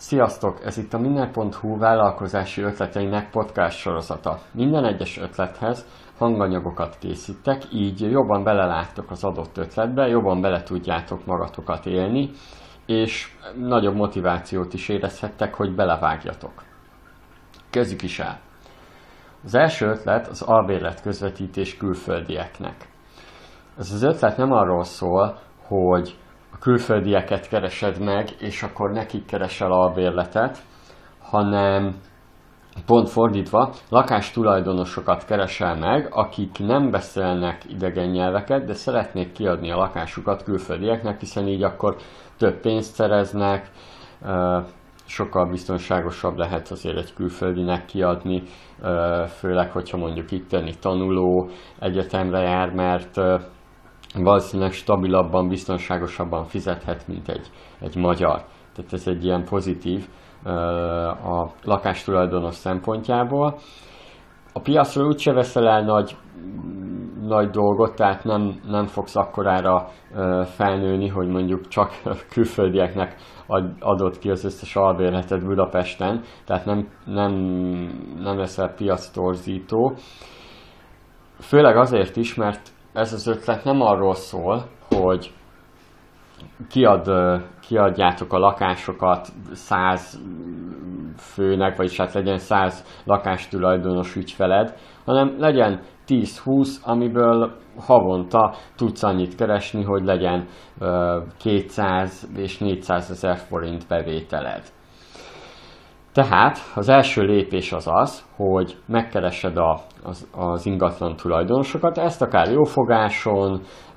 Sziasztok! Ez itt a Minner.hu vállalkozási ötleteinek podcast sorozata. Minden egyes ötlethez hanganyagokat készítek, így jobban beleláttok az adott ötletbe, jobban bele tudjátok magatokat élni, és nagyobb motivációt is érezhettek, hogy belevágjatok. Kezdjük is el! Az első ötlet az albérlet közvetítés külföldieknek. Ez az ötlet nem arról szól, hogy a külföldieket keresed meg, és akkor nekik keresel albérletet, hanem pont fordítva, lakástulajdonosokat keresel meg, akik nem beszélnek idegen nyelveket, de szeretnék kiadni a lakásukat külföldieknek, hiszen így akkor több pénzt szereznek, sokkal biztonságosabb lehet azért egy külföldinek kiadni, főleg, hogyha mondjuk itteni tanuló egyetemre jár, mert valószínűleg stabilabban, biztonságosabban fizethet, mint egy magyar. Tehát ez egy ilyen pozitív a lakástulajdonos szempontjából. A piacról úgyse veszel el nagy dolgot, tehát nem fogsz akkorára felnőni, hogy mondjuk csak külföldieknek adod ki az összes albérletet Budapesten, tehát nem leszel piactorzító. Főleg azért is, mert ez az ötlet nem arról szól, hogy kiadjátok a lakásokat 100 főnek, vagyis hát legyen 100 lakástulajdonos ügyfeled, hanem legyen 10-20, amiből havonta tudsz annyit keresni, hogy legyen 200 és 400 ezer forint bevételed. Tehát az első lépés az, hogy megkeresed az ingatlan tulajdonosokat, ezt akár jófogáson,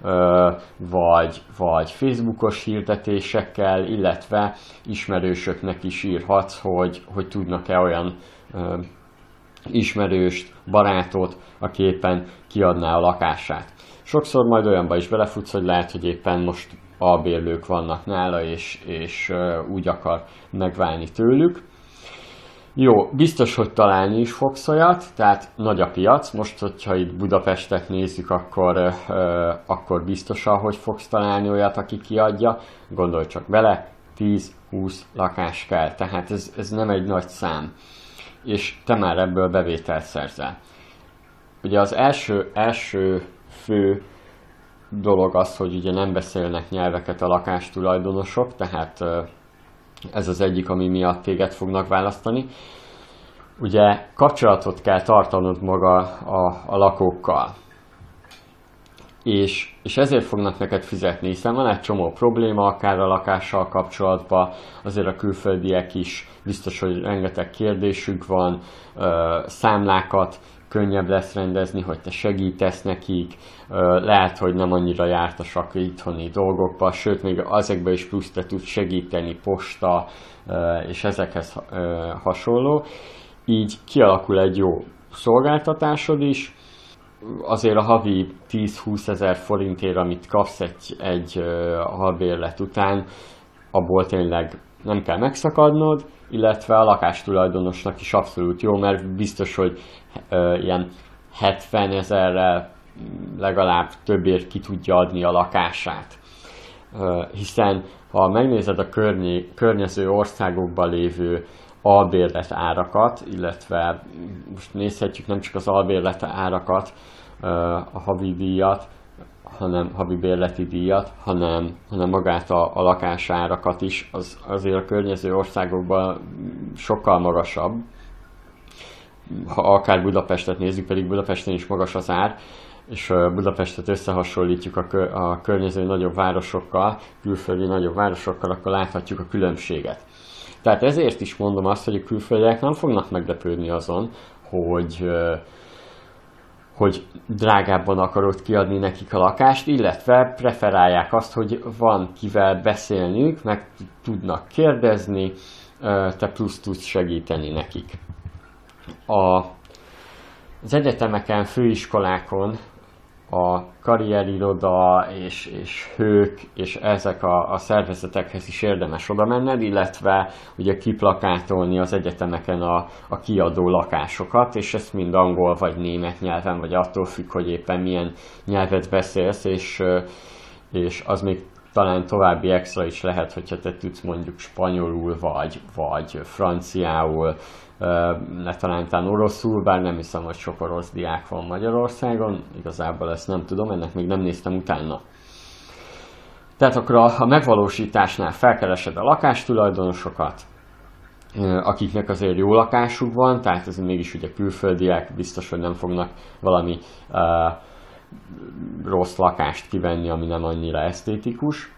vagy Facebookos hirdetésekkel, illetve ismerősöknek is írhatsz, hogy tudnak-e olyan ismerőst, barátot, aki éppen kiadná a lakását. Sokszor majd olyanba is belefutsz, hogy lehet, hogy éppen most albérlők vannak nála, és úgy akar megválni tőlük. Jó, biztos, hogy találni is fogsz olyat, tehát nagy a piac. Most, hogyha itt Budapestet nézzük, akkor biztosan, hogy fogsz találni olyat, aki kiadja. Gondolj csak bele, 10-20 lakás kell, tehát ez nem egy nagy szám. És te már ebből bevételt szerzel. Ugye az első fő dolog az, hogy ugye nem beszélnek nyelveket a lakástulajdonosok, tehát ez az egyik, ami miatt téged fognak választani. Ugye kapcsolatot kell tartanod maga a lakókkal. És ezért fognak neked fizetni, hiszen van egy csomó probléma, akár a lakással kapcsolatban, azért a külföldiek is biztos, hogy rengeteg kérdésük van, számlákat könnyebb lesz rendezni, hogy te segítesz nekik, lehet, hogy nem annyira jártasak itthoni dolgokba, sőt, még azekben is plusz te tudsz segíteni, posta és ezekhez hasonló. Így kialakul egy jó szolgáltatásod is, azért a havi 10-20 ezer forintért, amit kapsz egy albérlet után, abból tényleg nem kell megszakadnod, illetve a lakástulajdonosnak is abszolút jó, mert biztos, hogy ilyen 70 ezerrel legalább többért ki tudja adni a lakását. Hiszen ha megnézed a környező országokban lévő albérlet árakat, illetve most nézhetjük nem csak az albérlet árakat, a havi díjat, havi bérleti díjat, hanem magát a lakásárakat is, azért a környező országokban sokkal magasabb. Ha akár Budapestet nézzük, pedig Budapesten is magas az ár, és Budapestet összehasonlítjuk a környező nagyobb városokkal, külföldi nagyobb városokkal, akkor láthatjuk a különbséget. Tehát ezért is mondom azt, hogy a külföldiek nem fognak meglepődni azon, hogy drágábban akarod kiadni nekik a lakást, illetve preferálják azt, hogy van kivel beszélniük, meg tudnak kérdezni, te plusz tudsz segíteni nekik. Az egyetemeken, főiskolákon a karrieriroda és hők és ezek a szervezetekhez is érdemes oda menned, illetve ugye kiplakátolni az egyetemeken a kiadó lakásokat, és ezt mind angol vagy német nyelven, vagy attól függ, hogy éppen milyen nyelvet beszélsz, és az még talán további extra is lehet, hogyha te tudsz mondjuk spanyolul vagy franciául, talán oroszul, bár nem hiszem, hogy sok orosz diák van Magyarországon, igazából ezt nem tudom, ennek még nem néztem utána. Tehát akkor a megvalósításnál felkeresed a lakástulajdonosokat, akiknek azért jó lakásuk van, tehát ez mégis ugye külföldiek, biztos, hogy nem fognak valami rossz lakást kivenni, ami nem annyira esztétikus.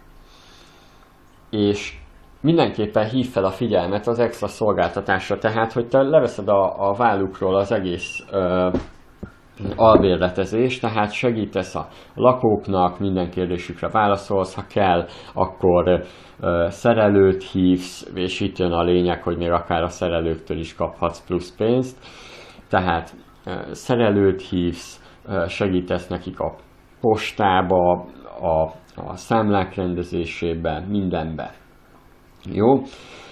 És mindenképpen hív fel a figyelmet az extra szolgáltatásra, tehát hogy te leveszed a vállukról az egész albérletezést, tehát segítesz a lakóknak, minden kérdésükre válaszolsz, ha kell, akkor szerelőt hívsz, és itt jön a lényeg, hogy még akár a szerelőktől is kaphatsz plusz pénzt, tehát szerelőt hívsz, segítesz nekik a postába, a számlák rendezésébe, mindenbe. Jó?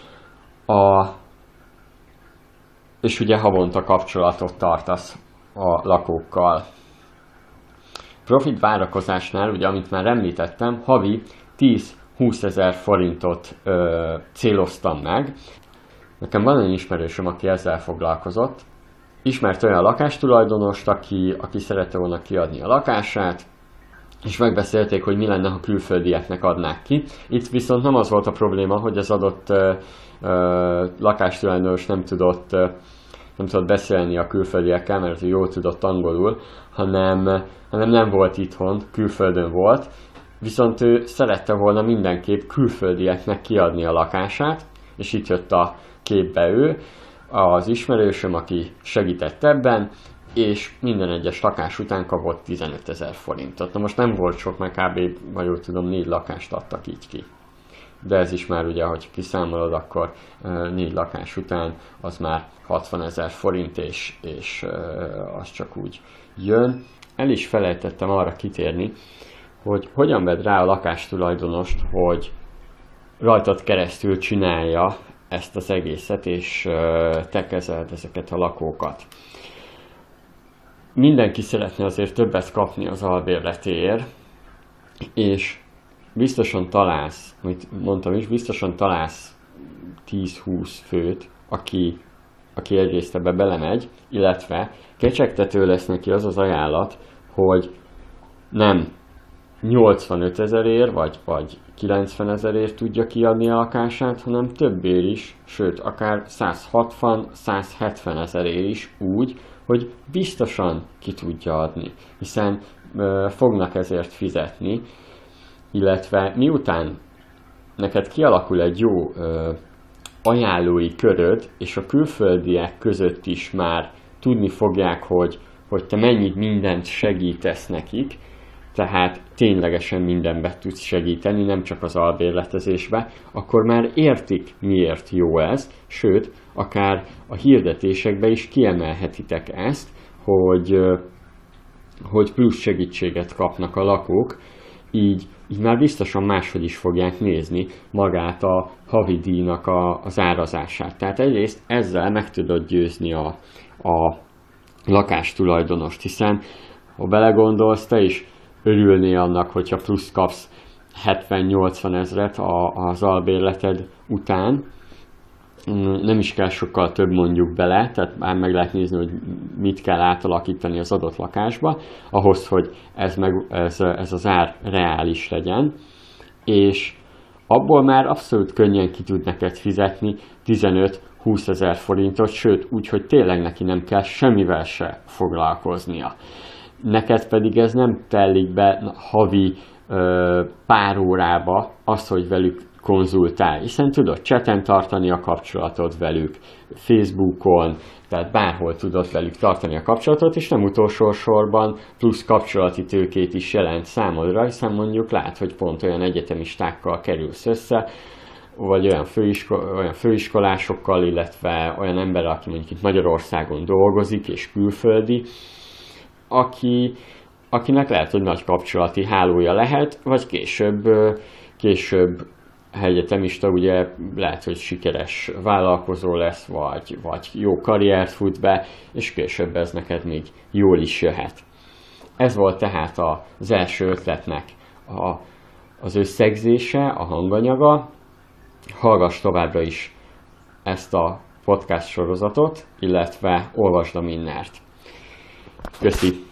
És ugye havonta kapcsolatot tartasz a lakókkal. Profit várakozásnál, ugye amit már említettem, havi 10-20 ezer forintot céloztam meg. Nekem van egy ismerősöm, aki ezzel foglalkozott. Ismert olyan lakástulajdonost, aki szerette volna kiadni a lakását, és megbeszélték, hogy mi lenne, ha külföldieknek adnák ki. Itt viszont nem az volt a probléma, hogy az adott lakástulajdonos nem tudott beszélni a külföldiekkel, mert ő jól tudott angolul, hanem nem volt itthon, külföldön volt, viszont ő szerette volna mindenképp külföldieknek kiadni a lakását, és itt jött a képbe ő, az ismerősöm, aki segített ebben, és minden egyes lakás után kapott 15 ezer forintot. Na most nem volt sok, mert kb. Vagy jól tudom, 4 lakást adtak így ki. De ez is már ugye, hogy kiszámolod, akkor 4 lakás után az már 60 ezer forint, és az csak úgy jön. El is felejtettem arra kitérni, hogy hogyan vedd rá a lakástulajdonost, hogy rajtad keresztül csinálja ezt az egészet, és te kezeld ezeket a lakókat. Mindenki szeretne azért többet kapni az albérletéért, és biztosan találsz, amit mondtam is, biztosan találsz 10-20 főt, aki egyrészt ebbe belemegy, illetve kecsegtető lesz neki az az ajánlat, hogy nem 85 ezerért, vagy 90 ezerért tudja kiadni a lakását, hanem többért is, sőt, akár 160-170 ezerért is úgy, hogy biztosan ki tudja adni, hiszen fognak ezért fizetni, illetve miután neked kialakul egy jó ajánlói köröd, és a külföldiek között is már tudni fogják, hogy te mennyit mindent segítesz nekik, tehát ténylegesen mindenbe tudsz segíteni, nem csak az albérletezésbe, akkor már értik, miért jó ez, sőt, akár a hirdetésekbe is kiemelhetitek ezt, hogy plusz segítséget kapnak a lakók, így már biztosan máshogy is fogják nézni magát a havi díjnak az árazását. Tehát egyrészt ezzel meg tudod győzni a lakástulajdonost, hiszen ha belegondolsz, te is örülnél annak, hogyha plusz kapsz 70-80 ezret az albérleted után. Nem is kell sokkal több mondjuk bele, tehát már meg lehet nézni, hogy mit kell átalakítani az adott lakásba, ahhoz, hogy ez az ár reális legyen, és abból már abszolút könnyen ki tud neked fizetni 15-20 ezer forintot, sőt, úgyhogy tényleg neki nem kell semmivel se foglalkoznia. Neked pedig ez nem telik be havi pár órába az, hogy velük konzultálj, hiszen tudod chaten tartani a kapcsolatot velük, Facebookon, tehát bárhol tudod velük tartani a kapcsolatot, és nem utolsó sorban plusz kapcsolati tőkét is jelent számodra, hiszen mondjuk lát, hogy pont olyan egyetemistákkal kerülsz össze, vagy olyan főiskolásokkal, illetve olyan ember, aki mondjuk itt Magyarországon dolgozik, és külföldi, akinek lehet, hogy nagy kapcsolati hálója lehet, vagy később egyetemista, ugye lehet, hogy sikeres vállalkozó lesz, vagy jó karriert fut be, és később ez neked még jól is jöhet. Ez volt tehát az első ötletnek az összegzése, a hanganyaga. Hallgass továbbra is ezt a podcast sorozatot, illetve olvasd a Minnert. Köszi!